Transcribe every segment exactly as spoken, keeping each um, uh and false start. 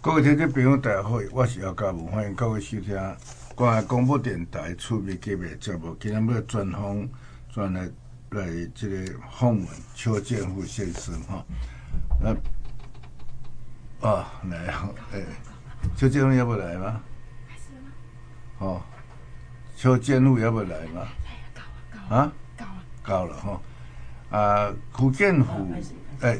各位听众朋友，大家好，我是姚嘉文，欢迎各位收听关爱广播电台趣味节目节目。今日要专访专来来这个访问邱建富先生哈。呃，啊，来，诶，邱建富要不来吗？哦，邱建富要不来吗？啊，到了哈。啊，邱建富，诶，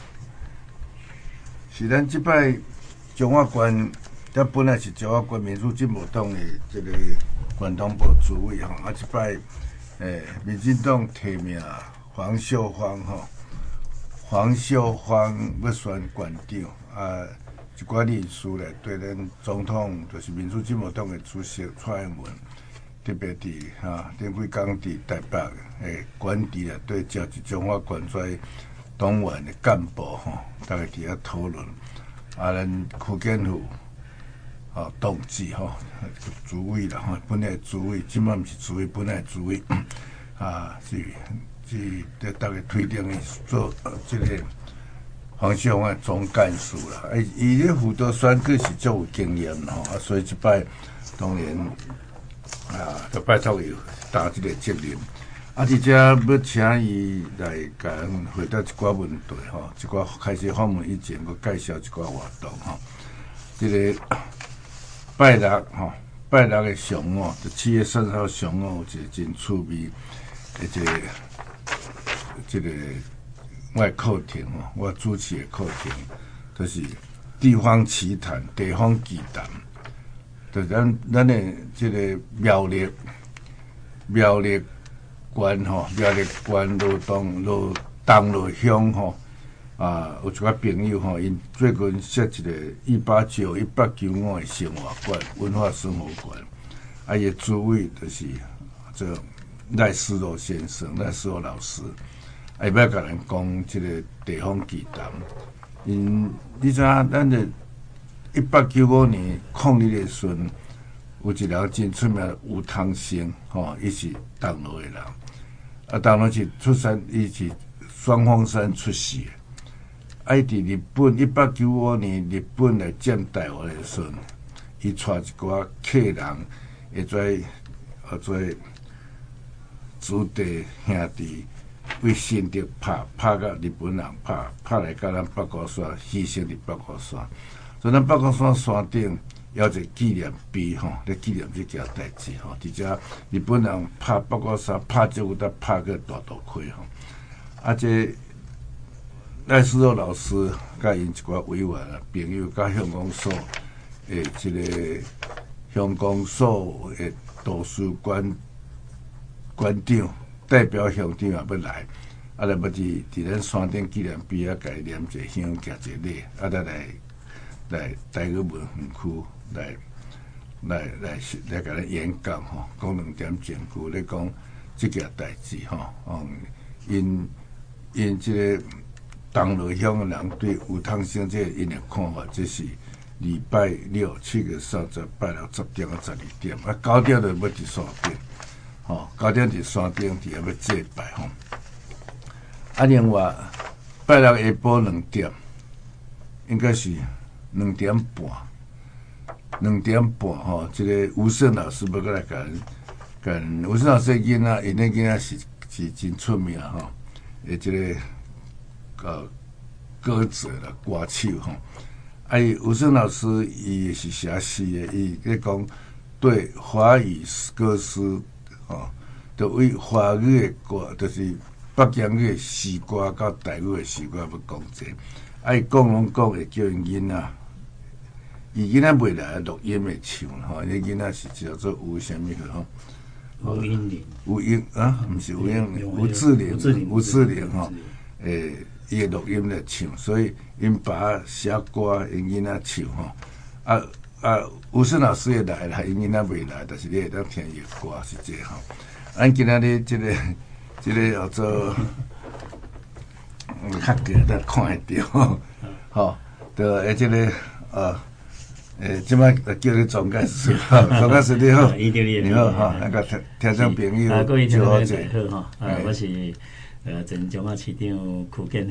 是咱即摆。中华县，咱本来是中华县民主进步党的这个县党部主委吼，啊，即摆诶，民进党提名黄秀芳吼，黄秀芳要选县长啊，一寡人士咧对咱总统就是民主进步党的主席蔡英文，特别伫哈顶几工伫台北诶馆地啊，对召集中华县在党员的干部吼，大家伫遐讨论。啊，咱邱建富吼同志吼主委啦吼，本来主委，即摆毋是主委，本来主委啊，是是在大家推荐伊做即、呃这个黄秀芳总干事啦。哎，伊咧负责选举是足有经验吼，啊，所以即摆当然啊，就拜托伊担即个责任。啊，伫遮要请伊来甲咱回答一寡问题吼，一寡开始访问以前，佮介绍一寡活动吼。这个拜六吼，拜六的上午，就七月三十号上午有一个真趣味的这个这个我的课程吼，我主持的课程，就是地方奇谈、地方奇谈，就咱咱的这个苗栗苗栗。县吼，苗栗县罗东罗东罗乡吼，啊，有一个朋友吼，因最近设一个一八九一八九五的生活馆、文化生活馆，啊，伊主委就是这赖思罗先生、赖思罗老师，啊，伊要甲咱讲即个地方奇谈。因你知影，咱的一八九五年抗日的时阵，有一人真出名，吴汤生吼，伊是东罗的人。啊，当然是出山，伊是双峰山出世的。啊，伊伫日本一八九五年日本来占台湾的时阵，伊带一寡客人，会做啊做子弟兄弟为新竹拍拍甲日本人拍拍来甲咱八卦山牺牲伫八卦山，所以咱八卦山山顶。要一个纪念碑吼，咧纪念这件代志吼。伫遮日本人拍八卦山，拍这有得拍个大刀开吼。啊，这赖思罗老师甲因一寡委员啊朋友，甲香港所诶，这个香港所诶图书馆馆长代表乡长也要来，啊，来要伫伫咱山顶纪念碑啊，甲伊念一香，行一礼，啊，再来来台语文园区。来来来来，甲咱演讲吼，讲两点钟句咧讲即件代志吼。嗯，因因即个东螺乡的人对吴汤生这个因的看法，这是礼拜六七月三十，拜六十点到十二点，啊九点就要伫山顶，吼九点伫山顶伫遐要祭拜吼。啊，另外拜六下晡两点，应该是两点半。两点半吼，这个吴胜老师要过来甲甲吴胜老师的囡仔，因那囡仔是是真出名吼，诶，这个呃歌者啦、歌手吼。啊，吴胜老师伊是写诗的，伊咧讲对华语歌诗吼，就为华语的歌，就是北京语的诗歌到台语的诗歌要讲者。啊，伊讲拢讲会叫因囡仔。伊囡仔未来录音会唱吼，伊囡仔是叫做吴什么个吼？ 吴英玲， 吴英啊，毋是吴英玲，吴志玲，吴志玲吼，诶，伊会录音来唱，所以因爸写歌，因囡仔唱吼。啊啊，吴胜老师会来啦，因囡仔未来，但是你会当听伊的歌是这吼。咱今仔日即个即个叫做较近咱看会着吼，吼，就诶即个呃。诶，即摆叫你总干事，总干事你好，你好哈，那个听听众朋友， 啊，各位听众朋友大家好哈，啊，我是呃镇江啊市长邱建富哈，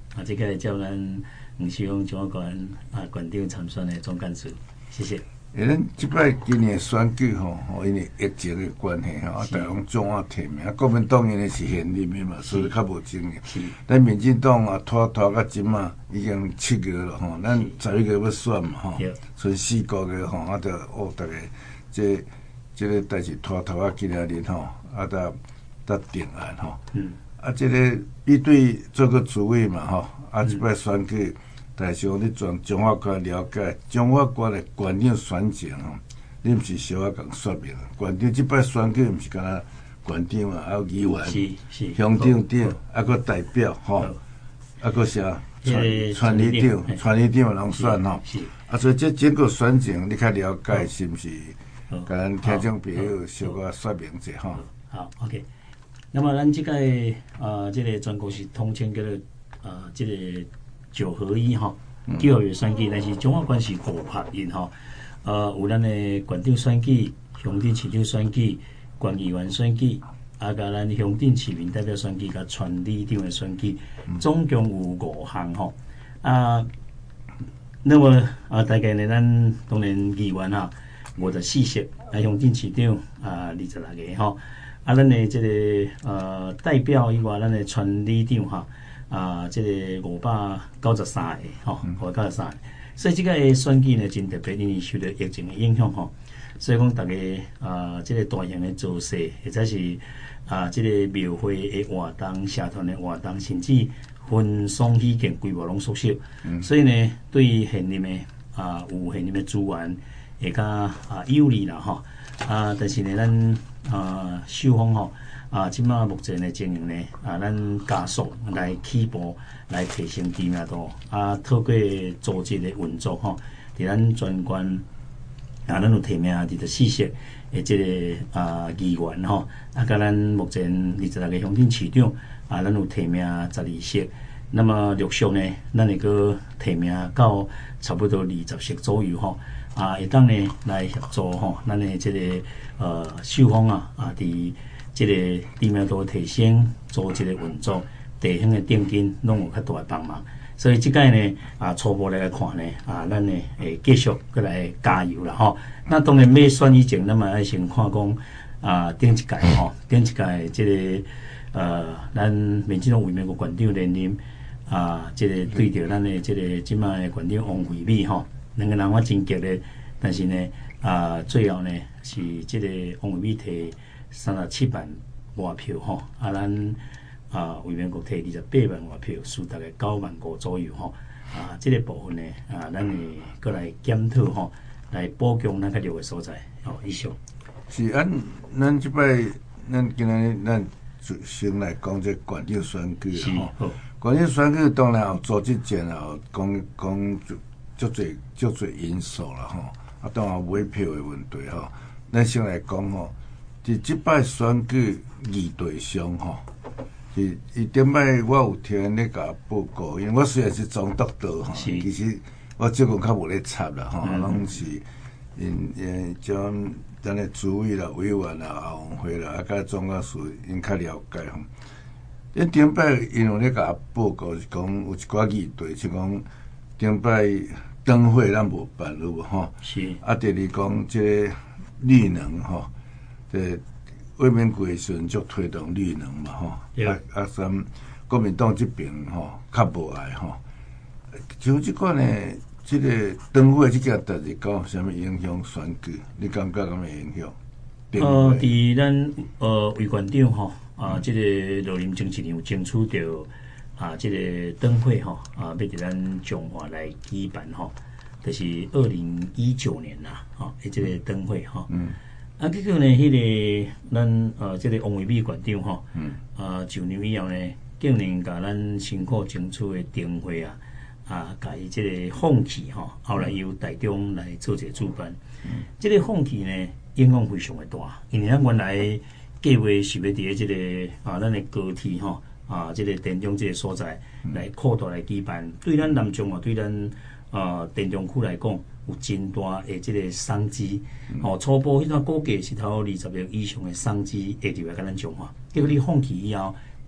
啊，这个叫咱黄秀峰中华县啊县长参选的总干事，谢谢。 诶，咱即摆今年选举吼，吼因为疫情的关系吼，啊，大家总啊提名，国民党因为是现任的嘛，所以较无争议。咱民进党啊，拖拖到即嘛已经七月了吼，咱十一月要选嘛吼，剩四个月吼，啊，着哦，大家这这个代志拖拖啊，今仔日吼，啊，得得定案吼。嗯。啊，这个比对做个主委嘛吼，啊，即摆选举。但是你从中华县了解中华县的县长选情吼，你毋是小可共说明。县长即摆选举毋是干那县长嘛，还有议员、乡长长，还佫代表吼，还佫啥传传理长、传理长拢选吼。啊，所以这整个选情你较了解是毋是？甲咱听众朋友小可说明一下吼。 好 ，OK。那么咱即个呃，这个全国是统称叫做呃，这个。九合一吼，九合一选举，但是中华县是五合一吼。呃，有咱的县长选举、乡镇市长选举、县议员选举，啊，甲咱乡镇市民代表选举，甲村里长的选举，总共有五项吼。啊，那么啊，大概呢，咱当然议员哈，五十四席，啊，乡镇市长啊，二十六个吼。啊，咱的这个呃代表以外，咱的村里长哈。啊，这个五百九十三个吼，五百九十三个，所以这个选举呢，真特别，因为受到疫情的影响吼，所以讲大家啊，这个大型的造势，或者是啊，这个庙会的活动、社团的活动，甚至婚丧喜庆规模拢缩小，嗯、所以呢，对于现任的啊有现任的资源会较啊有利啦吼，啊，但是呢，咱啊秀峰吼。啊，即马目前的经营呢，啊，咱加速来起步，来提升知名度。啊，透过组织的运作吼，伫咱全县啊，咱有提名二十四席的即个啊议员吼，啊，甲咱目前二十六个乡镇市长啊，咱有提名十二席。那么陆续呢，咱会个提名到差不多二十席左右吼。啊，会当呢来协助吼，咱的即个呃秀峰啊啊伫。这个知名度提升，组织的运作，地方的定金，拢有较大的帮忙。所以即届呢，啊初步来看呢，啊咱呢会继续过来加油啦吼。那当然要选以前，咱嘛要先看讲啊顶一届吼，顶一届即个呃咱民进党为民国县长连任啊，即、这个对着咱的即个即卖的县长王惠美吼，两个人我真激烈，但是呢啊最后呢是即个王惠美摕。三十七万外票吼，啊，咱啊为民国摕二十八万外票，输大概九万五左右吼，啊，这个部分呢，啊，咱会过来检讨吼，来补强咱较弱的所在，哦，以上。 是按咱即摆，咱今日咱先来讲这县长选举吼，县长选举当然有组织战啊，讲讲足足侪足侪因素啦吼，啊，当然有买票的问题吼，咱先来讲吼。伫即摆选举议对上吼，是伊顶摆我有听咧甲报告，因为我虽然是总督导吼，其实我即个较无咧插啦吼，拢、嗯、是因因将咱诶主委啦、委员啦、后援会啦，啊，甲总干事因较了解吼。因顶摆因有咧甲报告是讲有一寡议对，是讲顶摆灯会咱无办有无吼？是啊，第二讲即个绿能吼。这为民国时阵就推动绿能嘛吼，啊啊咱国民党这边吼较无爱吼，像即款呢，即、这个灯会即件代志，有啥物影响选举？你感觉敢会影响？ 呃，伫咱呃魏县长吼啊，即、这个罗林前市长争取着啊，即、这个灯会吼啊，要伫咱中华来举办吼，就是二零一九年啦，吼，诶，即个灯会吼。嗯。啊，结果呢，迄、那个咱呃，即、这个王惠美县长吼，嗯，啊，就任以后呢，竟然甲咱辛苦争取的灯会啊，啊，甲伊即个放弃吼，后来由台中来做一个主办，嗯，即个放弃呢，影响非常的大，因为咱原来计划是要伫即个啊，咱的高铁吼，啊，即、这个电中即个所在来扩大来举办，对咱南中啊，对咱啊电中区来讲。有真大的即个商机，哦，初步迄段估计是头二十个以上的商机会入来甲咱中华。结果你放弃以后，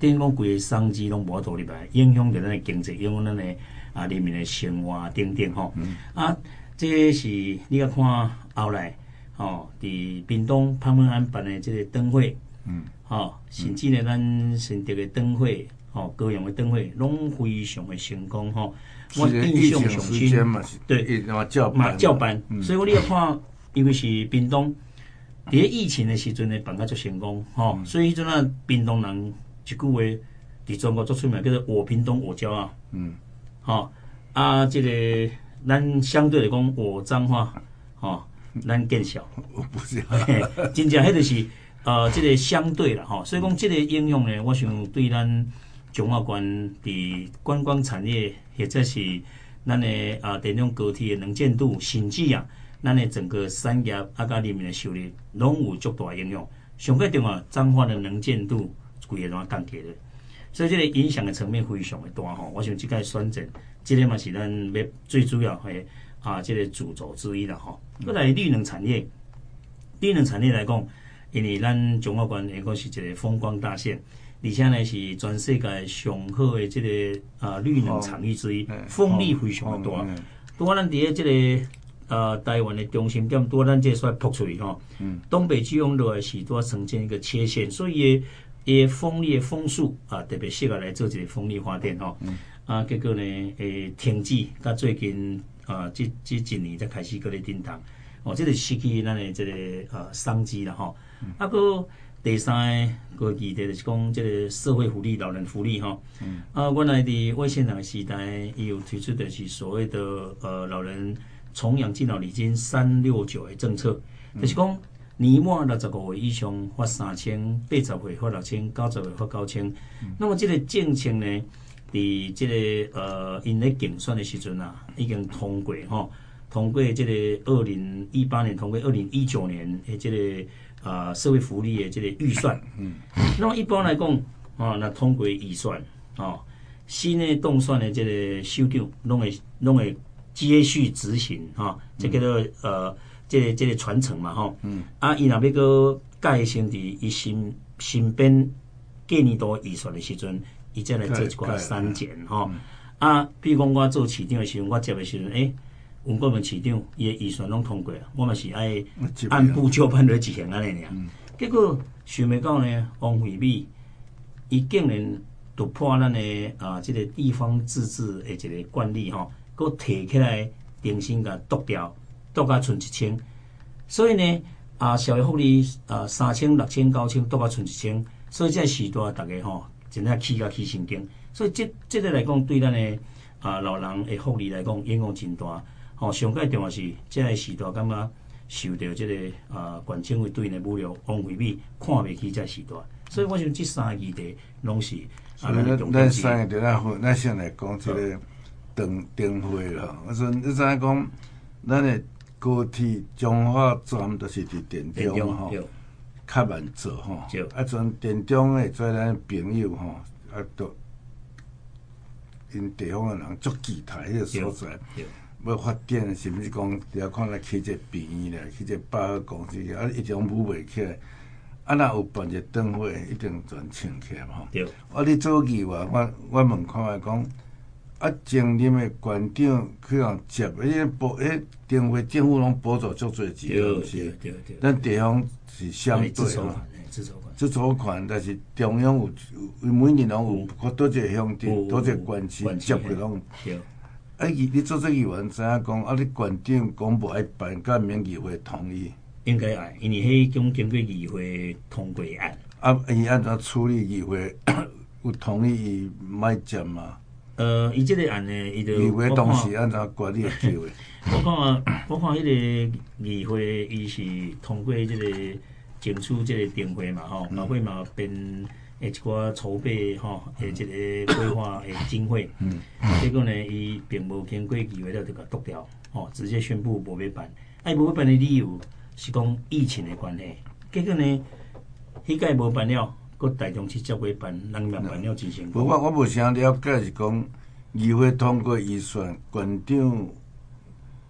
等于讲规个商机拢无法度入来，影响着咱的经济，影响咱的啊人民的生活等等吼。嗯、啊，这是你甲看后来吼，伫屏东潘文安办的这个灯会，嗯，吼，甚至呢，咱新竹的灯会，吼，高雄的灯会，拢非常的成功吼。我印象上深，对， 嘛照嘛照办，嗯、所以我你要看，因为是屏东，伫疫情的时阵呢，办甲足成功，吼、嗯，所以迄阵啊，屏东人一句话，伫中国足出名，叫做我屏东我骄傲，嗯，吼、啊，这个咱相对来讲，我彰化，吼，咱更小， 我不是， 真正迄就是呃，这个相对啦，吼，所以讲这个应用呢，我想对咱中华县伫观光产业。或者是咱的啊电动高铁的能见度，甚至啊，咱的整个产业啊，甲人民的收入，拢有足大的影响。上个重要，彰化的能见度规个拢降低了，所以这个影响的层面非常的大吼。我想这个选择，这个嘛是咱要最主要的啊，这个主轴之一啦吼。过来绿能产业，绿能产业来讲，因为咱中华县应该是一个风光大县。而且呢，是全世界上好的这个啊绿能产业之一，风力非常的大。拄咱伫个这个呃台湾的中心点，拄咱这块铺出去吼，东北季风落来是拄呈现一个切线，所以伊风力的风速啊特别适合来做一个风力发电吼。啊，结果呢，诶停止，到最近啊这这几年才开始搁咧振动，哦，这个失去咱的这个呃商机啦吼。啊个。第三个议题就是讲这个社会福利、老人福利哈。嗯、啊，原来伫魏县长的时代，伊有推出的是所谓的呃老人重养敬老礼金三六九的政策，嗯、就是讲年满六十五岁以上发三千，八十岁发六千，九十岁发九千。嗯、那么这个政策呢，伫这个呃因咧竞选的时阵啊，已经通过吼，通过这个二零一八年通过二零一九年的这个。啊，社会福利的这个预算，嗯，那么一般来讲，啊，那通过预算，啊，新的动算的这个首长，拢会拢会接续执行，哈，这个叫呃，这个这个传承嘛，哈，嗯，啊，伊若要个改成伫伊新新编过年度预算的时阵，伊再来做一寡删减，哈，啊，比如讲我做市长的时阵，我接的时阵，诶。文国文市长伊的预算拢通过，我嘛是爱按部就班来执行安尼尔。嗯、结果想袂到呢，王惠美伊竟然突破咱的啊，这个地方自治的一个惯例吼，佮提起来重新甲剁掉，剁甲剩一千。所以呢，啊，社会福利啊三千、六千、九千剁甲剩一千，所以这时代大家吼真正起甲起神经。所以这这个来讲，对咱的啊老人的福利来讲影响真大。哦，上个重要是，这个时代感觉受到这个啊，县政府对的侮辱，王惠美看袂起这时代，所以我想这三个议题拢是啊，咱咱三个咱咱咱先来讲这个灯灯会啦。我说你知影讲，咱的高铁彰化站都是伫电中吼，较慢做吼，啊，像电中的做咱朋友吼，啊，都因地方的人足期待迄个所在。要发展，是毋是讲要看来起一个病院啦，起一个百货公司，啊，一种舞袂起来。啊，若有办一个灯会，一定全请起来嘛。对。啊，你做议员，我我问看下讲，啊，前任的县长去人接，迄个补，迄灯会政府拢补助足侪钱， 对是？对对。 咱地方是相对嘛， 自筹款，自筹款，但是中央有，每年拢有，多一个乡镇，多一个县市接过拢。啊！你你做这议员知影讲，啊！你县长公布爱办，甲免议会同意？ 应该爱，因为迄种经过议会通过案。 啊，伊按怎处理议会有同意伊卖接嘛？ 呃，伊即个案呢，伊就议会当时按怎管理机会？ 我看，我看迄个议会，伊是通过即个争取即个电会嘛，吼，包括嘛变。诶，一寡筹备吼，诶，即个规划诶经费，嗯，结果呢，伊并无经过议会了，就甲剁掉，吼，直接宣布无要办。啊，无要办诶理由是讲疫情诶关系。结果呢，迄届无办了，佮台中市接过办，人民办了真成功。 我我无啥了解是讲，议会通过预算，县长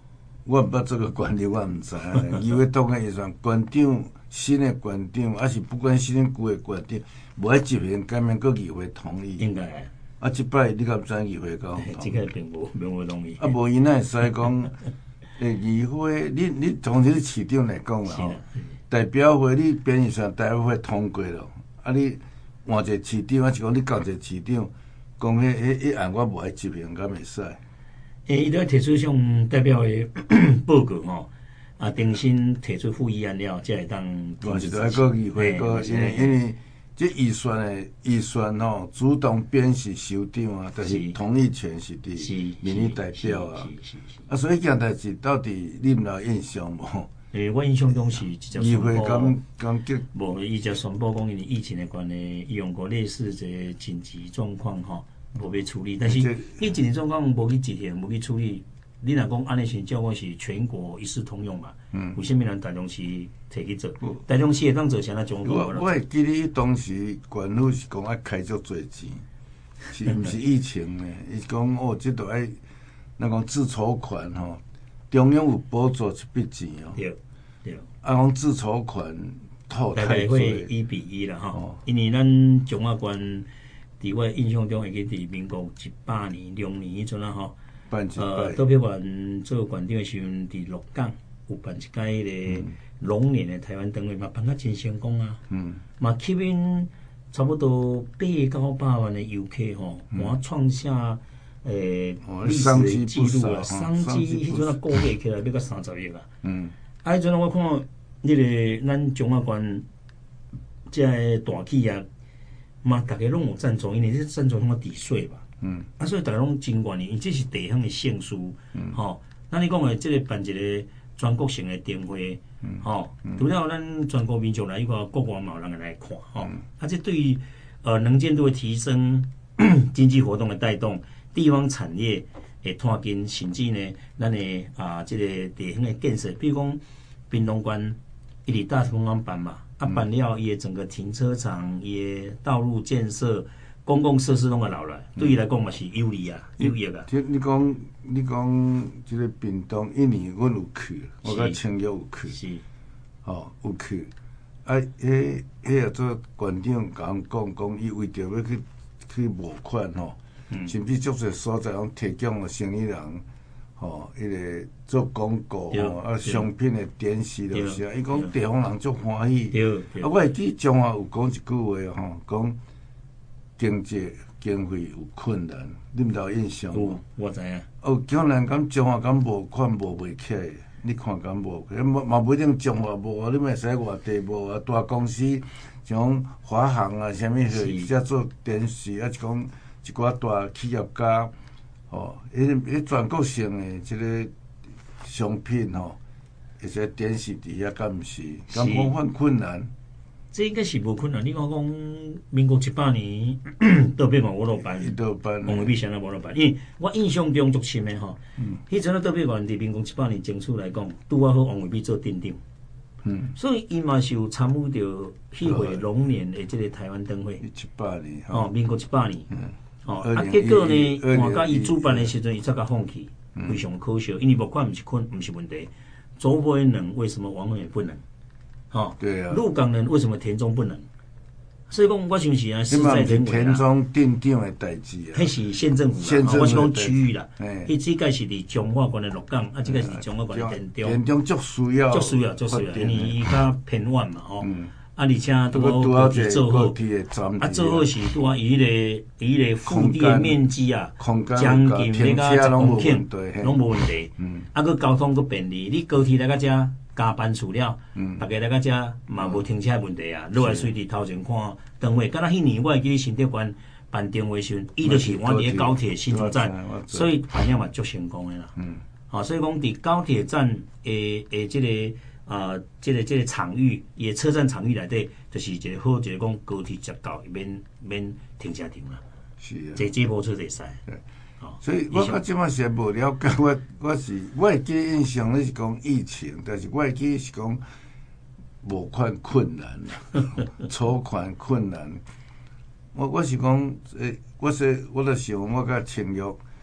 我毋捌这个管理，我毋知影。议会党诶预算，馆长新诶馆长，还是不管新诶旧诶馆长，无爱执行，敢免搁议会同意？ 应该。 啊，即摆你敢知议会讲？ 这个并无并无同意。 啊，无伊哪会使讲？诶，议会，你你从这个市长来讲啦吼，代表会你编预算，代表会通过咯。啊，你换一个市长，还是讲你交一个市长，讲迄迄迄案我无爱执行，敢袂使？ 诶，伊都要提出向代表的报告吼，啊，重新提出复议案了，才会当。 但是要个议会个，因为因为这预算的预算吼，主动编是首长啊，但是同意权是伫民意代表啊。啊，所以件代志到底你毋有印象无？ 诶，我印象中是直接议会刚刚结无，伊只宣布讲因为疫情的关系，伊用过类似这紧急状况吼。无要处理，但是你紧急状况无去执行，无去处理。你若讲安尼是照讲是全国一视同用嘛？嗯，为什么人台中市摕去做？台中市会当做啥那种？ 我我会记得当时县府是讲爱开足侪钱，是毋是疫情呢？伊讲哦，即度爱那讲自筹款吼，中央有补助一笔钱哦。 对对。 啊，讲自筹款套太大概会一比一啦吼，因为咱中华关。伫我印象中，会记伫民国一百年、两年迄阵啊吼，呃，特别县做县长诶时阵，伫鹿港有办一届迄个龙年诶台湾灯会嘛，办甲真成功啊。嗯。嘛吸引差不多八到百万诶游客吼，我创下诶历史诶记录啊，商机迄阵啊，个月起来要到三十亿啊。嗯。啊，迄阵我看迄个咱中华关即个大企业。嘛，大家拢有赞助，因为这赞助通个抵税嘛。嗯。啊，所以大家拢真愿意，因为这是地方的县市。嗯。吼，那你讲的这个办一个全国性的灯会，嗯。吼，除了咱全国民众来，一个国外嘛有人来看，吼。嗯。啊，这对于呃能见度的提升、经济活动的带动、地方产业的拓进，甚至呢，咱的啊这个地方的建设，比如讲滨东关一里大同安办嘛。啊，办了伊整个停车场、伊道路建设、公共设施拢个留来，对伊来讲嘛是有利啊，有益啊。 即你讲，你讲即个屏东一年阮有去，我甲青玉有去，是，吼有去。啊，迄迄个做馆长甲阮讲讲，伊为着要去去募款吼，甚至足侪所在拢提供个生意人。吼，迄个做广告吼，啊，商品的展示著是啊。伊讲地方人足欢喜。啊，我会记中华有讲一句话吼，讲经济经费有困难，你毋有印象无？ 我知影。 哦，叫人讲中华敢无款无袂起来，你看敢无？嘛不一定中华无，你嘛使外地无啊。大公司像华航啊，啥物许遮做电视，啊，是讲一寡大企业家。哦，迄迄全国性的即个商品吼，或者电视伫遐，敢毋是？敢讲犯困难？ 这应该是无困难。你讲讲民国一百年倒闭馆我都办， 倒办， 王维碧先生我都办，因为我印象中足深的吼。嗯。迄阵啊倒闭馆伫民国一百年争取来讲，拄啊好王维碧做店长。嗯。所以伊嘛是有参与着迄回龙年的即个台湾灯会。 一百年。 哦，民国一百年。嗯。哦，啊，结果呢，看到伊主办的时阵，伊才甲放弃，非常可惜。因为募款毋是困，毋是问题。周边人为什么王伟不能？哦， 对啊。 鹿港人为什么田中不能？所以讲，我是不是啊？事在人为啦。 田中店长的代志啊。 迄是县政府啦，我是讲区域啦。迄这个是伫中华关的鹿港，啊，这个是中华关的田中。 田中足需要， 足需要，足需要，因为伊较偏远嘛，吼。啊，而且拄好高铁做好，啊，做好是拄好伊迄个伊迄个腹地的面积啊，将近那个十公顷，拢无问题。啊，佮交通佮便利，你高铁来个遮加班除了，大家来个遮嘛无停车问题啊。落来随地头前看灯会，敢若迄年我会记新竹县办灯会时阵，伊就是往伫高铁新竹站，所以反正嘛足成功的啦。好，所以讲伫高铁站诶诶，即个。啊，这个这个场域，伊个车站场域内底，就是一个好，就是讲高铁接到，免免停车场啦。 是啊， 坐接驳车就使。 哦，所以我到即摆是无了解，我我是我会记印象咧是讲疫情，但是我会记是讲募款困难啦，筹款困难。我我是讲，诶，我说我咧想，我甲青玉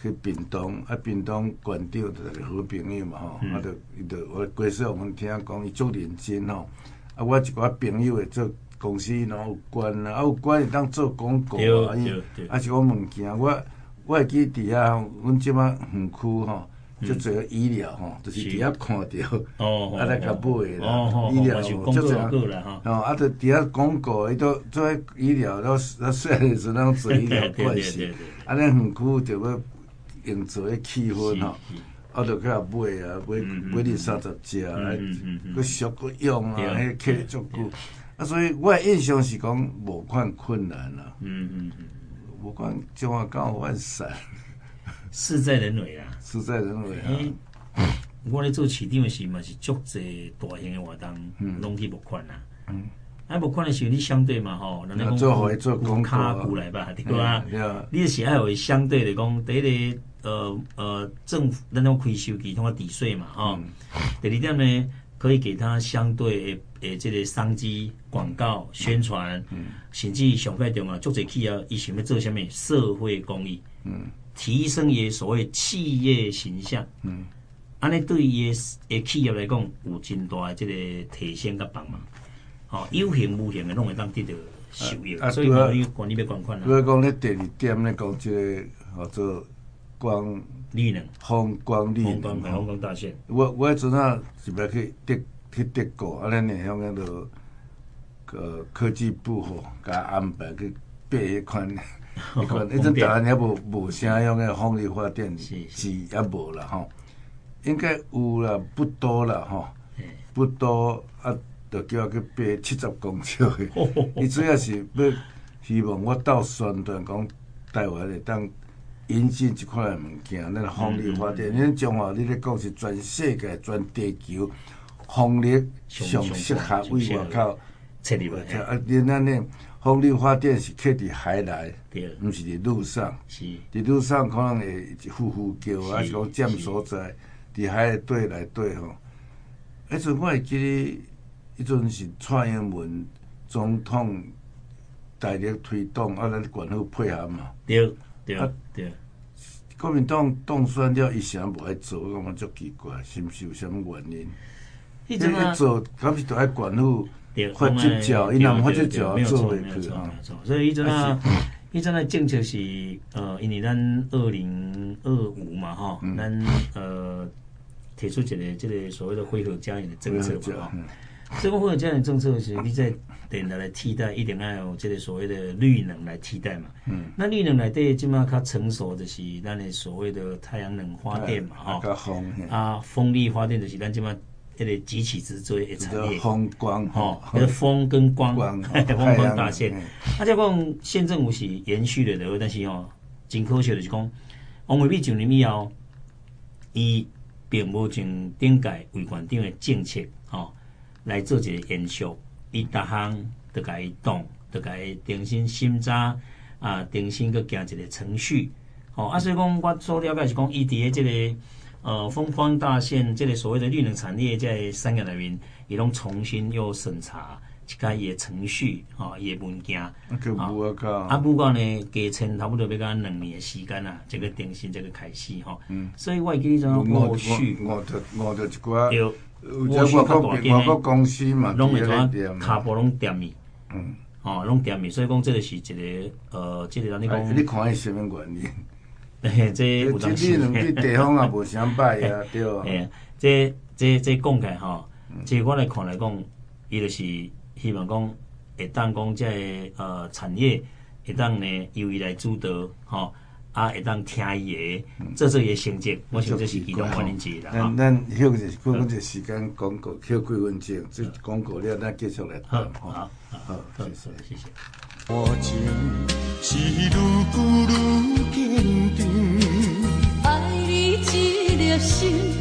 去屏东，啊，屏东县长就一个好朋友嘛吼， 嗯、 啊，就伊就我介绍我们听讲伊足认真吼，啊，我一寡朋友会做公司拢有关啊，啊有关会当做广告啊，伊啊是讲物件，我我会记伫遐，阮即马园区吼。足侪医疗吼，就是伫遐看到，啊来甲买啦，医疗足侪啦，吼，啊，就伫遐广告，伊都做医疗，都都细汉时拢做医疗关系，啊，咱园区就要营造迄气氛吼，啊，就去遐买啊，买买二三十只啊，佮俗佮用啊，迄客足久，啊，所以我印象是讲无款困难啦，嗯嗯嗯，无款中华港有万善。 事在人为啊， 事在人为啊。我咧做市长的时嘛是足侪大型的活动，拢去募款啊。嗯，啊募款的时候，你相对嘛吼，人家讲做做公卡古来吧，对吧？你就是爱有相对来讲，第一个呃呃政府咱种开收给通个抵税嘛，吼。第二点呢，可以给他相对诶这个商机、广告、宣传，甚至上快重要，足侪企业伊想要做啥物社会公益。嗯。提升伊所谓企业形象，嗯，安尼对伊诶企业来讲有真大诶即个提升甲帮忙，吼，有形无形诶拢会当得到收益，所以讲你管理要管款啦。 如果讲咧第二点咧讲即个叫做光绿能、 风光绿能、 风光、风光大线。 我我迄阵啊是要去德去德国，啊，咱诶向个就个科技部吼，甲安排去买迄款。迄款，迄阵台湾也无无啥样个风力发电是也无啦吼，应该有啦，不多啦吼，不多啊，就叫我去买七十公尺的。伊主要是要希望我斗宣传讲台湾会当引进即款物件，咱风力发电。咱中华你咧讲是全世界、全地球风力上适合为外口设立来。 啊，恁咱咧。风力发电是开伫海内，毋是伫路上。是，伫路上可能会呼呼叫，还是讲占所在，伫海内底内底吼。迄阵我会记哩，迄阵是蔡英文总统大力推动，啊，咱县府配合嘛。 对对对。 国民党当选了，伊啥无爱做，我感觉足奇怪，是毋是有啥物原因？迄阵啊，做敢是着爱县府。发执照，伊若发执照做袂去啊。 所以迄阵啊，迄阵啊政策是呃，因为咱二零二五嘛吼，咱呃提出一个这个所谓的灰核家园的政策嘛吼。这个灰核家园政策是你在电来来替代，一定要有这个所谓的绿能来替代嘛。嗯。那绿能内底即马较成熟就是咱的所谓的太阳能发电嘛吼。啊，风力发电就是咱即马。迄个急起直追的产业， 风光吼，迄个风跟光，风光大线。啊，即讲县政府是延续了的，但是吼，真可惜就是讲，王惠美上任以后，伊并无从顶届为县长的政策吼来做一个延续，伊逐项都甲伊动，都甲伊重新审查啊，重新去行一个程序，吼啊，所以讲我所了解是讲，伊伫个即个。呃，风光大线这个所谓的绿能产业在三个内面，伊拢重新又审查一个伊的程序，吼、哦，伊的文件。啊，啊，不过呢，加签差不多要到两年的时间啦，这个定新这个开始吼。嗯。所以我记得种后续， 我着我着一寡，有外国外国公司嘛， 拢会怎骹步拢掂伊。嗯。哦，拢掂伊，所以讲这个是一个呃，这个人你讲。 你看伊什么原因？ 嘿，这有当时， 对地方也无啥歹啊，对啊。 哎，这这这讲起来吼，即我来看来讲，伊就是希望讲会当讲这呃产业会当呢由伊来主导，吼啊会当听伊的，做做伊的成绩，我想这是其中原因之一啦。 咱咱休一过阮一时间广告，休几分钟，这广告了，咱继续来谈。 好，好，好，谢谢，谢谢。 我情是愈久愈坚定，爱你一粒心。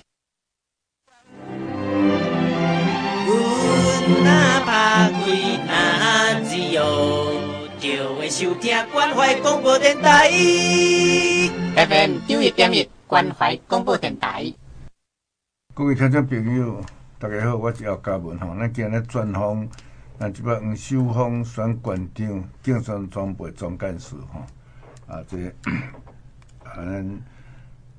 阮哪怕开哪自由，就会收听关怀广播电台 F M 九一点一关怀广播电台。 各位听众朋友，大家好，我是姚嘉文吼，咱今日专访。咱即摆黄秀芳选县长，竞选装备总干事吼，啊，这啊咱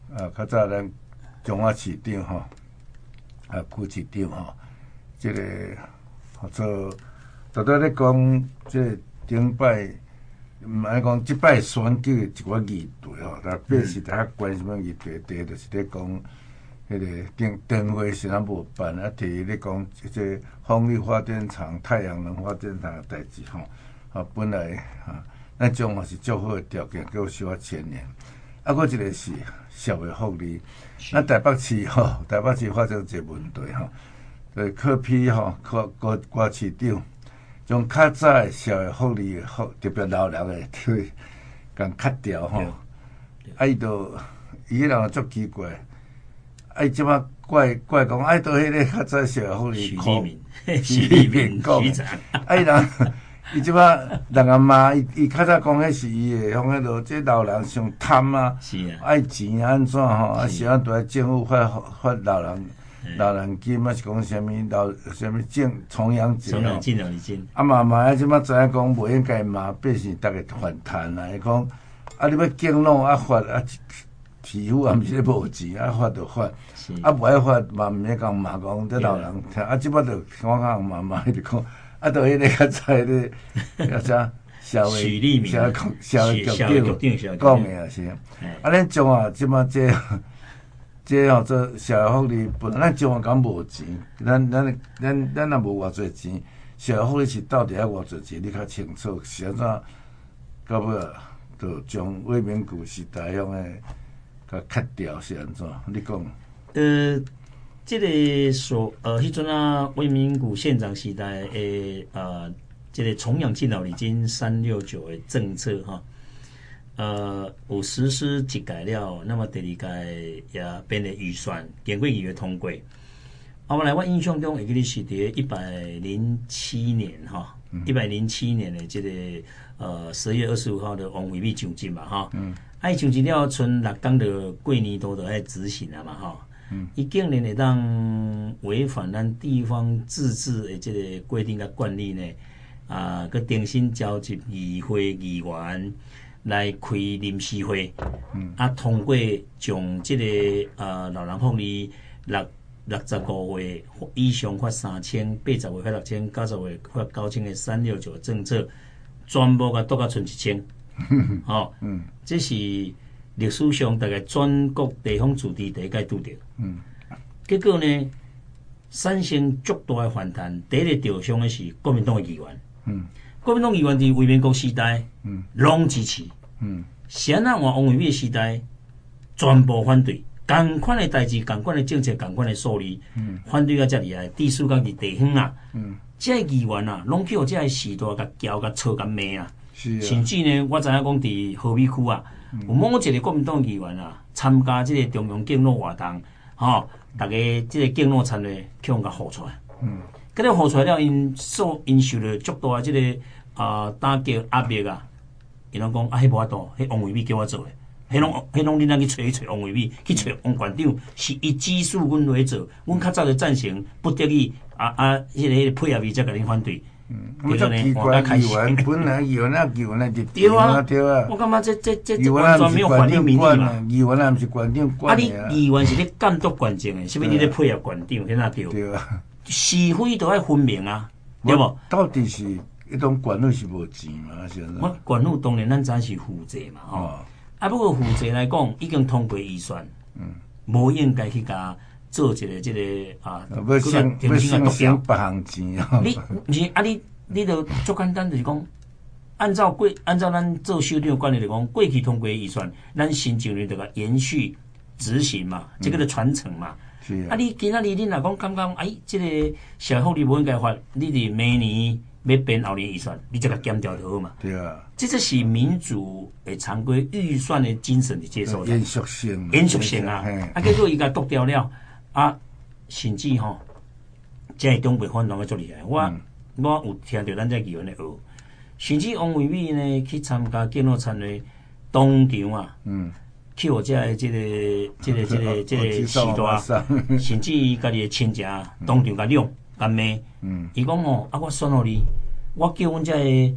啊，较早咱中华市长吼，啊，区市长吼，即、這个合作，逐倒咧讲，即个顶摆，毋爱讲即摆选举一寡议题吼，但表示大家关心议题，第一就是咧讲。迄个灯灯会是咱无办啊，提咧讲即个风力发电厂、太阳能发电厂诶代志吼，啊，本来啊，咱中华是足好诶条件，叫小可前年。啊，佫一个是社会福利，咱台北市吼，台北市发生一个问题吼，就是柯 P 吼，柯郭郭市长将较早诶社会福利诶福，特别老人诶，去共 cut 掉吼，啊，伊就伊迄人足奇怪。哎，即马怪怪讲，哎，都迄个较早社会福利， 徐立明， 徐立明讲，哎人，伊即马人阿妈，伊伊较早讲迄是伊诶，讲迄落即老人上贪啊，爱钱安怎吼，啊是安对政府发发老人老人金，啊是讲啥物老啥物政重阳节哦，重阳节啊嘛嘛，即马知影讲无应该骂百姓，逐个反弹啊，伊讲啊你要敬老啊发啊。皮肤也毋是咧无钱，啊发就发，啊无爱发嘛毋免讲骂讲，这老人听，啊即摆就我讲骂骂伊就讲，啊都迄个较早咧，叫啥社会社会社会局长讲诶啊是，啊咱中华即摆这这吼做社会福利，本来咱中华讲无钱，咱咱咱咱也无偌侪钱，社会福利是到底爱偌侪钱，你较清楚是安怎？到尾就从魏明古时代向诶。甲砍掉是安怎？你讲？ 呃，这个所呃，迄阵啊，魏明谷县长时代诶，呃，这个重阳敬老礼金三六九的政策哈，呃，有实施一改了，那么第二届也编的预算，经过议员通过。啊，我来我印象中，会记得是伫一百零七年哈，一百零七年的这个呃十月二十五号的王伟美上任嘛哈。嗯。啊，伊上任了，剩六工就过年都就爱执行啊嘛吼。嗯。伊竟然会当违反咱地方自治的这个规定甲惯例呢？啊，佮重新召集议会议员来开临时会。嗯。啊，通过将这个呃老人福利六。六十五岁以上发三千，八十岁发六千，九十岁发九千的三六九政策，全部甲剁甲剩一千。哦，嗯，这是历史上大概全国地方自治第一届拄着。嗯，结果呢，产生足大的反弹。第一个对象的是国民党的议员。嗯，国民党议员伫魏明国时代，嗯，拢支持。嗯，现在换王伟美时代，全部反对。同款的代志，同款的政策，同款的数字，嗯、反对到遮厉害，地数讲伫地方啊，嗯、这议员啊，拢去互这时代甲交甲吵甲骂啊，是啊甚至呢，我知影讲伫河美区啊，嗯、有某一个国民党议员啊，参加这个中央敬老活动，吼、哦，大家这个敬老餐咧，去互甲付出来，嗯，佮了付出来了，因受因受了足大这个啊、呃、打击压迫啊，伊拢讲啊，迄无法度，迄王伟美叫我做诶。迄拢迄拢，恁咱去找去找王伟美，去找王县长，是伊指示阮来做，阮较早就赞成，不得已啊啊，迄、那个迄、那个配合伊才甲恁反对。 嗯，我真奇怪，议员本来议员啊，议员啊， 对啊， 对啊。 我感觉这这这完全没有反映民意嘛。 议员啊，毋是县长管的啊。啊，你议员是咧监督县政诶，是不是你咧配合县长？迄哪对？对啊。是非都要分明啊，对无？ 到底是迄种县府是无钱嘛？是安怎？ 我县府当然咱早是负责嘛，吼、哦。啊，不过负责来讲，已经通过预算，嗯，无应该去甲做一个即、这个啊， 要省要省省别项钱啊！ 你毋是啊？你你著足简单，就是讲，按照过按照咱做修订的惯例来讲，过去通过预算，咱新旧年著个延续执行嘛，这个的传承嘛。是啊。啊，你今仔日恁若讲感觉，哎，即、这个社会福利无应该发，你伫明年。要编后年预算，你就甲减掉就好嘛。对啊，这就是民主诶常规预算的精神的接受。 延续性， 延续性啊！啊，结果伊甲剁掉了，啊，甚至吼，即个东北反动个足厉害。我、嗯、我有听到咱这议员咧学，甚至王伟美呢去参加敬老餐的当场啊，嗯，去我遮个即个即、这个即、这个即、这个时代，甚至伊家己的亲戚当场甲两。干咩？嗯，伊讲哦，啊，我选互你，我叫阮遮个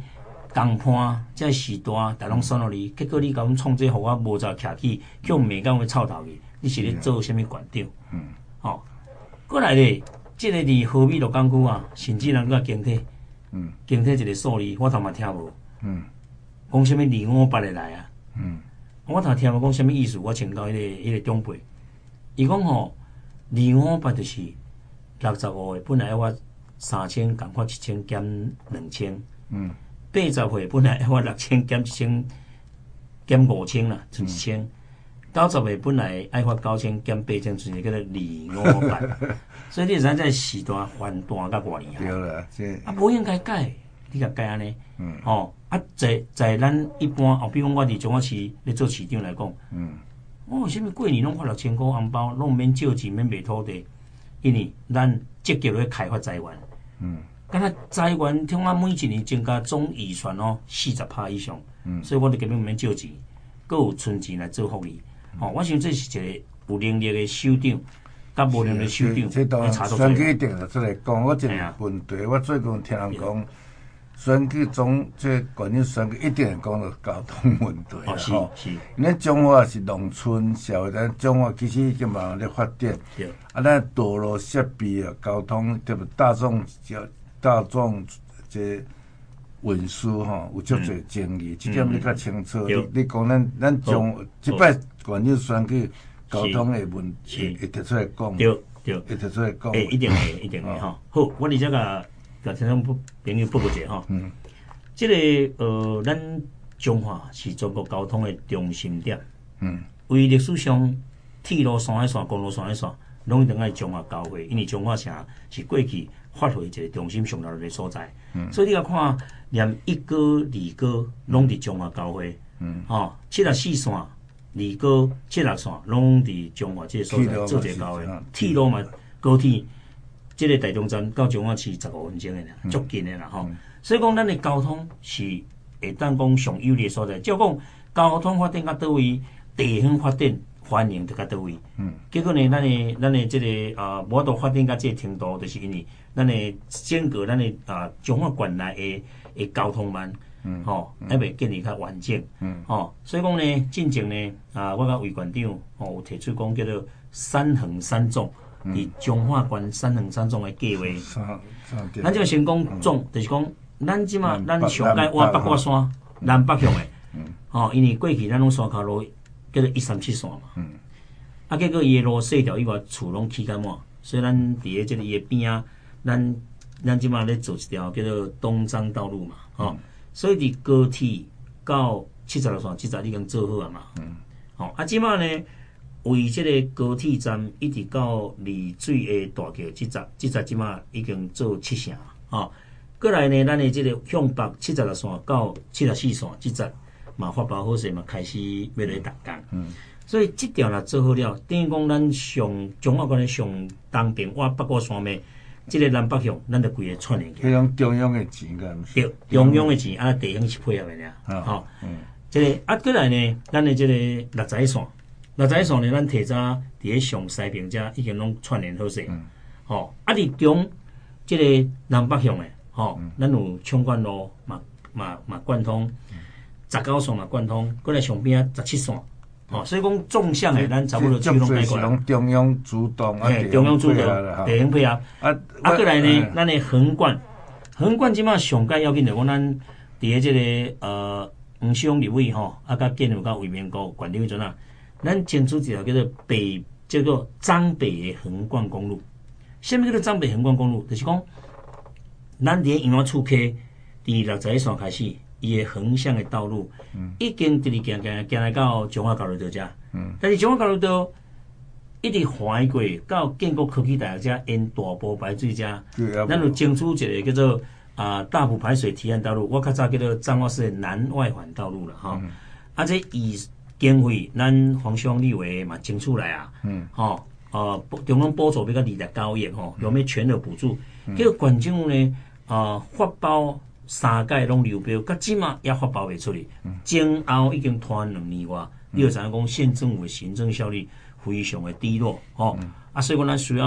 共伴这时代，大拢选落你，结果你甲阮创这，互我无早徛起，叫骂讲我臭头去，你是咧做啥物馆长？嗯，哦，过来咧，即、這個伫河美鹿港区啊，甚至人个经体，嗯，经体一个数字，我头嘛听无，嗯，讲啥物二五八会来啊？嗯，我头听无讲啥物意思，我请教迄、那个迄、那个长辈，伊讲吼，二五八就是六十五岁本来我三千，共发一千减两千，嗯。八十岁本来我六千减一千减五千啦，剩一千。九十岁本来爱发九千减八千，剩叫做二五八。所以你知影这时代翻弹甲偌厉害。 对啦，这啊无应该改，你甲改安尼。嗯。哦，啊在在咱一般哦，比如讲我伫中华市咧做市长来讲，嗯，我为什么过年拢发六千块红包，拢免借钱，免卖土地，因为咱积极咧开发资源。嗯。敢若财源听我每一年增加总预算哦四十趴以上，嗯、所以我哋根本唔免借钱，佮有存钱来做福利。嗯、哦，我想这是一个有能力的首长，甲无能力的首长， 这当然选举一定就出来讲。我一个问题，我最近听人讲，选举总这关于选举一定会讲到交通问题啦。 哦，是是。 咱中华是农村社会，咱中华其实已经慢慢咧发展。对。啊，咱道路设备啊，交通特别大众大众这运输吼有足侪争议，这点你较清楚。你你讲咱咱从即摆关于选举交通的问题会提出来讲， 对对， 会提出来讲。 诶，一定会，一定会吼。好，我而且甲甲听众朋友报告者吼，嗯，即个呃，咱中华是中国交通的中心点，嗯，为历史上铁路山海线、公路山海线，拢一定爱中华交汇，因为中华城是过去发挥一个中心上头的所在，嗯、所以你要看连一哥、二哥拢伫中华交汇，嗯，吼七十四线、二哥、七六线拢伫中华这个所在做一个交汇，铁路嘛高铁，这个台中站到中华市十五分钟的啦，足近的啦吼。嗯、所以讲，咱的交通是会当讲上有利的所在。照讲交通发展到倒位，地方发展欢迎就到倒位。嗯，结果呢，咱的咱的这个啊，无度发展到这个程度，就是因为咱的整个咱的啊中华县内的的交通网，嗯，吼、哦，还未建立较完整。嗯，吼，所以讲呢，进前呢，啊，我甲魏县长哦有提出讲叫做三横三纵。伫中华县三横三纵的计划，咱即个先讲纵，就是讲咱即马咱上界挖八卦山南北向的，吼，因为过去咱拢山骹路叫做一三七线嘛，啊，结果伊的路细条以外，厝拢起甲满，所以咱伫个即个伊的边啊，咱咱即马咧做一条叫做东漳道路嘛，吼，所以伫高铁到七十六线，即十已经做好啊嘛，吼，啊，即马呢？为即个高铁站一直到丽水的大桥，即十即十即马已经做七成吼。过来呢，咱的即个向北七十六线到七十四线，即十嘛发包好势嘛，开始要来动工。嗯，所以即条若做好了，等于讲咱上中华县的上东边挖八卦山脉，即个南北向，咱就规个串联起来。 迄种中央的钱个， 对，中央的钱啊，地方是配合的俩。吼，嗯，即个啊，过来呢，咱的即个六十一线。六十一线呢，咱提早伫咧上西边遮已经拢串联好势，吼、嗯。啊，伫中即、這个南北向诶，吼、嗯，咱有冲关路嘛嘛嘛贯通，十九线嘛贯通，过来上边十七线，吼、嗯。所以讲纵向诶，咱差不多就拢解决。 中央主动啊， 中央主动，地方配合。啊，啊，过来呢，咱诶横贯，横贯即马上界要紧就讲咱伫咧即个呃黄雄立委吼，啊，甲建有甲卫冕国县长迄阵啊。咱争取一条叫做北叫做漳北的横贯公路。什么叫做漳北横贯公路？就是讲，咱伫永安厝溪，伫六十一线开始，伊的横向的道路，嗯、已经直直行行行来到中华交流道遮。嗯、但是中华交流道一直环过到建国科技大学遮，沿大埔排水遮，咱有争取一个叫做啊、呃、大埔排水提案道路，我较早叫做漳华市南外环道路了哈。嗯、啊，这以经费，咱黄乡立委嘛争取来啊，嗯，吼、哦，呃，中央补助比较二十九亿吼，有咩全额补助？叫县政府呢，啊、呃，发包三届拢流标，到即马也发包袂出去，前后已经拖两年外，你就知影讲县政府的行政效率非常的低落，吼、哦，嗯、啊，所以讲咱需要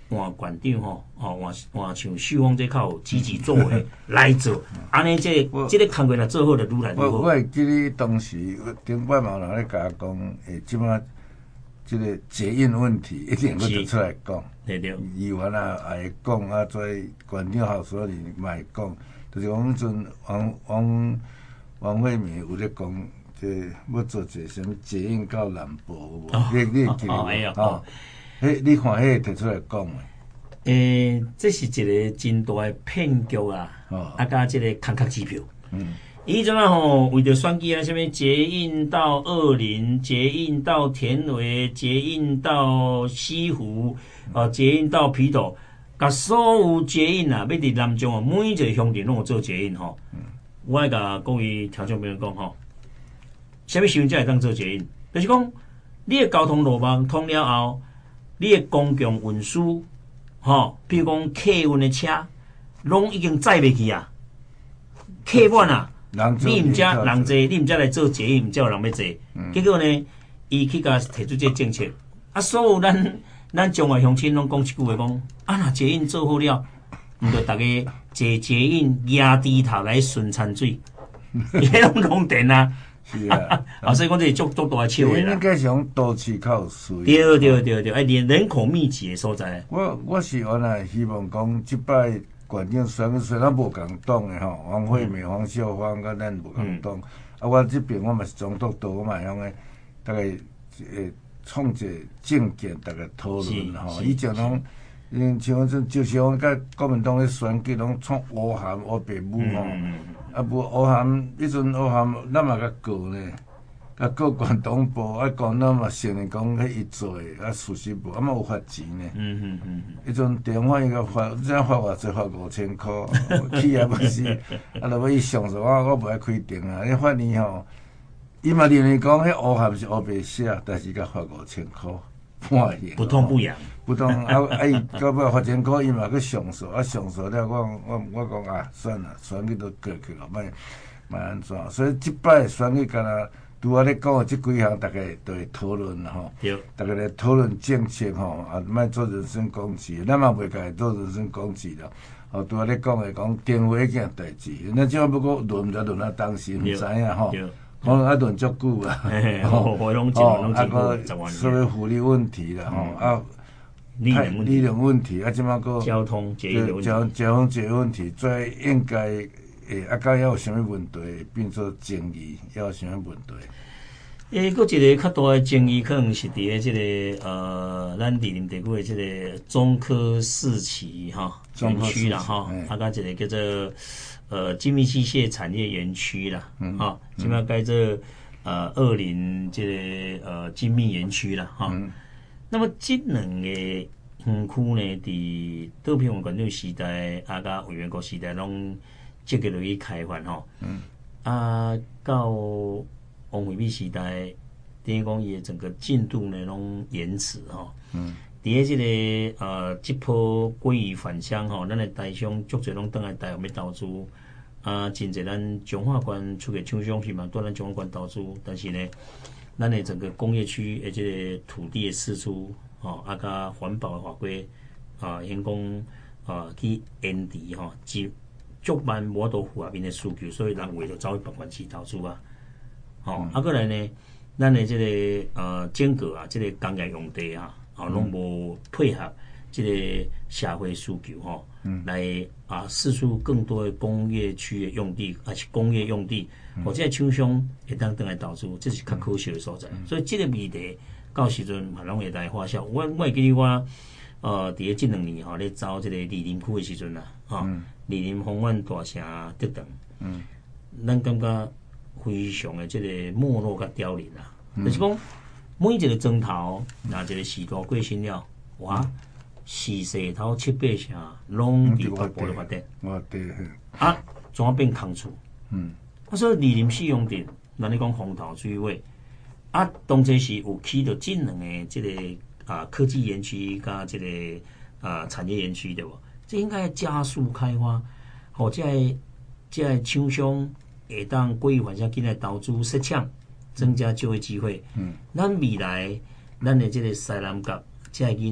换馆长吼，哦换换像秀峰这较有积极作为来做，安尼这个这个工作若做好，就愈来愈好。 我我会记得当时顶摆嘛有人咧甲我讲，诶，即马即个捷运问题一定要得出来讲。 对对。 议员啊也会讲，啊，做馆长候选人嘛会讲，就是讲迄阵王王王惠美有咧讲。这要做一个什么捷运到南部有无？ 哦、 你你记得无？哦，迄你看迄个摕出来讲诶。 诶、欸，这是一个真大诶骗局啊！哦、啊，甲即个空壳支票。嗯。以前啊吼，为着选举啊，什么捷运到二林，捷运到田围，捷运到西湖，啊，捷运到皮斗，甲所有捷运啊，要伫南中啊，每一个乡镇拢有做捷运吼。嗯。我爱甲各位听众朋友讲吼。什么时阵才会当做捷运？就是讲，你的交通路网通了后，你的公共运输，吼，比如讲客运的车，拢已经载袂去啊，客满啊，你毋才人济，你毋才来做捷运，毋才有人要坐。嗯、结果呢，伊去甲提出这个政策，啊，所有咱咱中外乡亲拢讲一句话，讲啊，若捷运做好了，毋着大家坐捷运压低头来顺餐水，伊拢供电啊。 是啊， 啊，所以讲这是足足大笑的啦。 应该是讲都市较有需要。 对对对对，哎，人人口密集的所在。 我我是原来希望讲，即摆馆长选虽然无共党的吼，王惠美、黄秀芳甲咱无共党，啊，我这边我嘛是总督导，我嘛向个大概诶创一个政见，大概讨论吼。以前拢，因像阵就是讲甲国民党咧选举，拢创乌函乌白母吼。啊，无乌函，迄阵乌函，咱嘛甲告呢，甲告县党部，啊，讲咱嘛承认讲迄伊做诶，啊，事实无，啊嘛有罚钱呢。嗯嗯嗯。迄阵地方法院甲罚，怎罚偌济？罚五千箍，气也要死。啊，落尾伊上诉，我我无爱开庭啊。迄法院吼，伊嘛认为讲迄乌函是乌白写，但是甲罚五千箍。判刑不痛不痒， 不痛啊！啊，伊到尾罚钱箍，伊嘛去上诉，啊上诉了，我我我讲啊，算了，选举都过去了，莫莫安怎？所以即摆选举敢若拄仔咧讲诶，即几项大家都会讨论吼，大家来讨论政策吼，啊，莫做人身攻击，咱嘛袂家做人身攻击啦。哦，拄仔咧讲诶，讲电话迄件代志，咱即摆不过论，毋知论啊，当时毋知影吼。可能啊论足久啊， 吼，哦， 啊个所谓福利问题啦，吼啊， 利润问题， 利润问题，啊，即马个交通节约问题， 交交通节约问题，最应该诶，啊，甲要有啥物问题，变做争议，要有啥物问题？ 诶，佫一个较大诶争议，可能是伫咧即个呃，咱士林地区诶即个中科四期哈园区啦，哈，啊，甲一个叫做。呃，精密机械产业园区啦，嗯、啊，即摆改做呃二林这个呃精密园区啦，哈、嗯。那么这两个园区呢，伫倒片王馆长时代，啊，甲委员国时代拢积极落去开发吼。嗯。啊，到王惠美时代，等于讲伊的整个进度呢，拢延迟吼。嗯。伫咧即个呃，即波归于返乡吼，咱诶台商足侪拢倒来台湾要投资，啊，真侪咱彰化县出个厂商是嘛，对咱彰化县投资，但是呢，咱诶整个工业区诶即个土地诶释出，吼，啊，甲环保诶法规啊，因讲啊去延迟吼，即足慢无都符合因诶需求，所以人为着走去别县市投资啊，吼、嗯，啊，过来呢，咱诶即个呃整个啊，即、这个工业用地啊。哦，拢无配合即个社会需求吼，嗯、来啊释出更多的工业区的用地，还是工业用地，或者厂商会当登来投资，这是较可惜的所在。嗯、所以这个议题到时阵嘛，拢会来发酵。我我会记得我呃，伫咧即两年吼咧走即个梨林区的时阵啦，吼、嗯，梨林丰苑大城竹塘，嗯，咱感觉非常的即个没落甲凋零啦，嗯、就是讲。每一个钟头，若一个时段过身了，哇，四世头七八成拢伫北部咧发展。 我对。 啊，怎啊变空厝？嗯。啊，所以梨林市用地，咱咧讲风头水尾，啊，当初是有起着这两个即个啊科技园区甲即个啊产业园区对无？这应该加速开发，或者即个厂商会当过于反正进来投资设厂。增加就业机会。嗯，咱未来咱的这个西南角这个囡仔，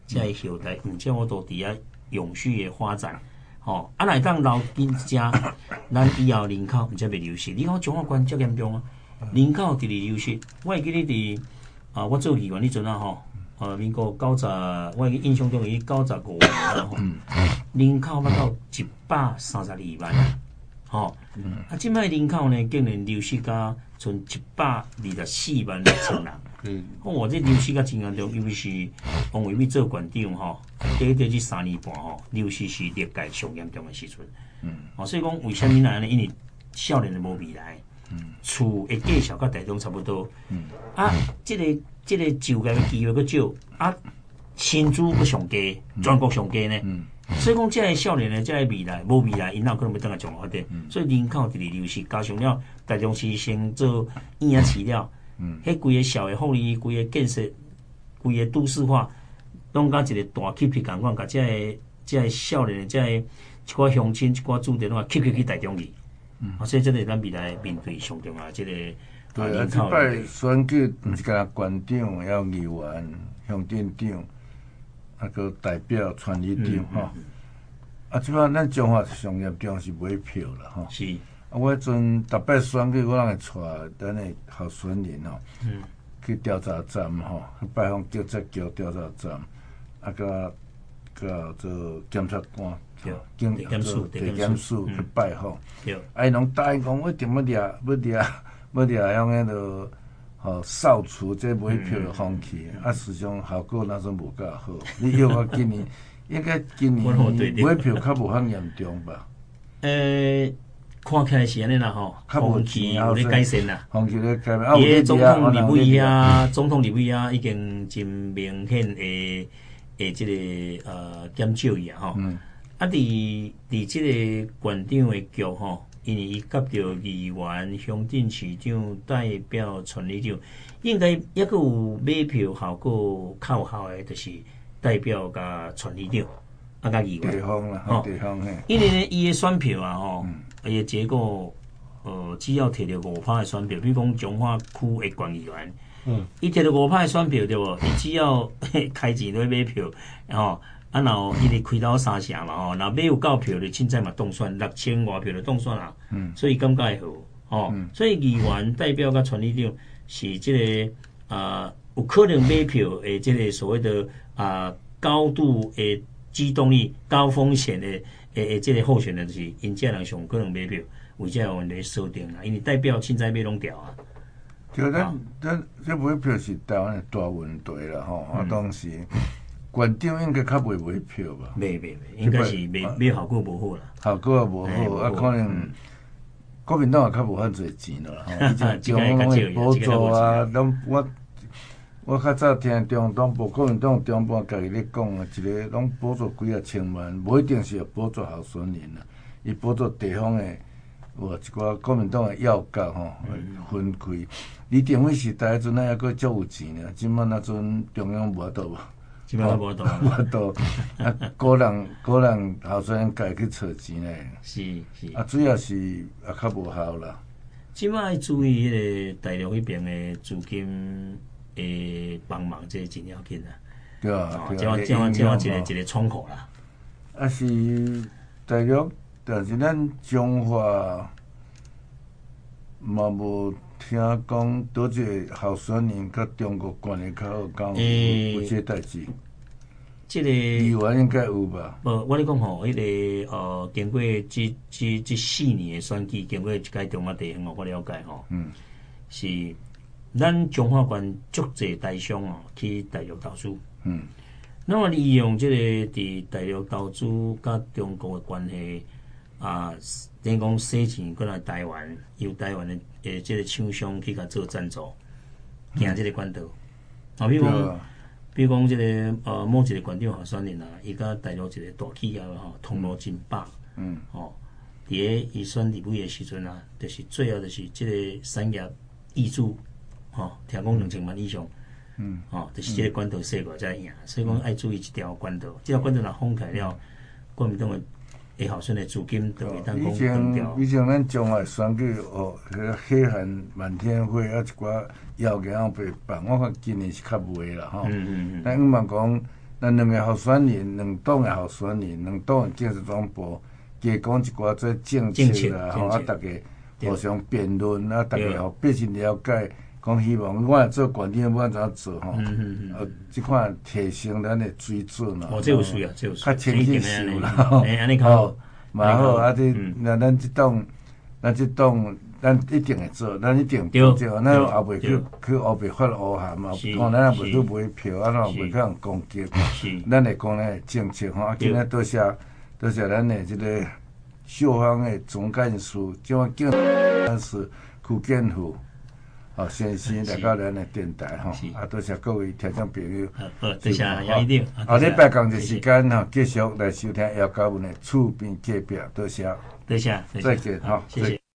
才会后代毋少我都伫遐永续的发展。吼，啊，来当留紧只，咱以后人口毋则袂流失。你看中华关遮严重啊，人口直直流失。我会记得伫啊，我做议员迄阵啊，吼，呃，民国九十，我印象中伊九十五年啊，吼，人口要到一百三十二万，吼，啊，即摆人口呢，竟然流失到剩一百二十四万六千人。嗯，我这流失较真严重，尤其是王伟美做县长吼，短短这三年半吼，流失是历届上严重的时阵。嗯，哦，所以讲为什么呢？因为少年的无未来，嗯，厝的介绍甲台中差不多，嗯，啊，这个这个就业的机会佫少，啊，薪资佫上低，全国上低呢。嗯，所以讲这个少年呢，这个未来无未来，因哪可能要等来中国发展？所以人口直直流失，加上了台中市先做婴儿饲料。嗯，迄规个小的福利，规个建设，规个都市化，拢甲一个大吸引共款，甲这个这个少年的这个一寡乡亲、一寡子弟拢吸引去台中去。嗯，所以这个咱未来面对上重要，这个对啊，这摆选举毋是干县长，还有议员、乡镇长，啊个代表、传理长吼。啊，即摆咱中华上严重是买票啦吼。 是。 啊，我迄阵逐摆选举，我人会带咱的候选人吼，嗯、去调查站吼，去拜访警察局调查站，啊，甲甲做检察官， 检检署、 地检署去拜访。啊，伊拢答应讲，我一定要掠，要掠，要掠用迄落吼扫除这买票的风气。嗯、啊，实际上效果那阵无介好。你要我今年应该今年买票较无遐严重吧？ 呃。看起来是安尼啦吼，风气有咧改善啦。 风气咧改善。 伊个总统立委啊，总统立委啊，已经真明显诶诶，即个呃减少伊啊吼。嗯、啊，伫伫即个县长诶局吼，因为伊甲着议员、乡镇市长、代表、村里长，应该抑阁有买票效果较有效诶，就是代表甲村里长。啊，甲议员地方啦，吼，地方嘿。 因为呢，伊的选票啊，吼，伊的结果，呃，只要摕到五趴的选票，比如讲中华区的县议员，嗯，伊摕到五趴的选票对无？伊只要开钱去买票，吼，啊，然后伊咧开到三成嘛，吼，若买有够票咧，凊彩嘛当选，六千外票就当选啦，嗯，所以感觉会好，吼，嗯、所以议员代表甲村里长是即、这个啊、呃，有可能买票的即个所谓的啊、呃、高度的。机动力高风险的诶诶，这个候选人就是因这人上可能买票，为这有问题锁定啦，因为代表凊彩买拢掉啊。 就咱咱这买票是台湾的大问题啦吼，啊当时县长应该较袂买票吧？ 买买买，应该是买买效果无好啦。 效果也无好，啊可能国民党也较无遐侪钱啦，吼，以前中央拢会补助啊，拢我。我较早听中党部、国民党中部家己咧讲啊，一个拢补助几啊千万，无一定是要补助候选人啦，伊补助地方的，有一寡国民党的要角吼分开。李登辉时代迄阵啊，还佫足有钱呢，即摆那阵中央无法度吧？ 即摆无法度， 无法度啊！个人个人候选人家去找钱呢， 是是啊，主要是啊较无效啦。 即摆注意迄个大陆迄边的资金。诶，帮忙这真要紧啊！ 对啊， 这样这样这样一个一个窗口啦。 啊是大陆，但是咱中华嘛无听讲倒一个候选人甲中国关系较好，讲有这代志。 这个议员应该有吧？ 无，我咧讲吼，迄个呃，经过这这这四年的选举，经过一届中华地方，我了解吼，嗯，是。咱中华县足侪台商哦去大陆投资，嗯，那么利用即个伫大陆投资甲中国的关系啊，等于讲洗钱过来台湾，由台湾的诶即个厂商去甲做赞助，行即个管道。啊，比如讲，比如讲即个呃某一个县长候选人啊，伊甲大陆一个大企业吼通路真饱，嗯，哦，伫个伊选立委的时阵啊，就是最后就是即个产业挹注。吼，听讲两千万以上，嗯，吼，就是这个管道设过才赢，所以讲爱注意这条管道，这条管道若封起了，国民党的诶候选的资金就会当讲断掉。 以前咱中华选举哦，迄黑函满天飞啊，一寡谣言啊被放，我看今年是较袂啦吼。嗯嗯嗯。但毋茫讲咱两个候选人，两党的候选人，两党的竞选总部，加讲一寡做政策啦，吼啊，大家互相辩论啊，大家互百姓了解，讲希望我做县长要安怎做吼，呃，即款提升咱的水准咯。 哦，这有需要，这有需要， 较清晰受啦， 哎，安尼好， 嘛好，啊，这那咱即党，咱即党。咱一定会做，咱一定做，咱也袂去去黑白发乌函嘛，讲咱也袂去买票，啊，咱也袂去人攻击。咱会讲咱政策吼，啊，今仔多谢多谢咱的即个秀芳的总干事，即款警干事邱建富，哦先生来到咱的电台吼，啊，多谢各位听众朋友。 好，多谢杨一定。 后礼拜同一时间吼，继续来收听姚嘉文的厝边隔壁，多谢。 多谢， 再见，好， 谢谢。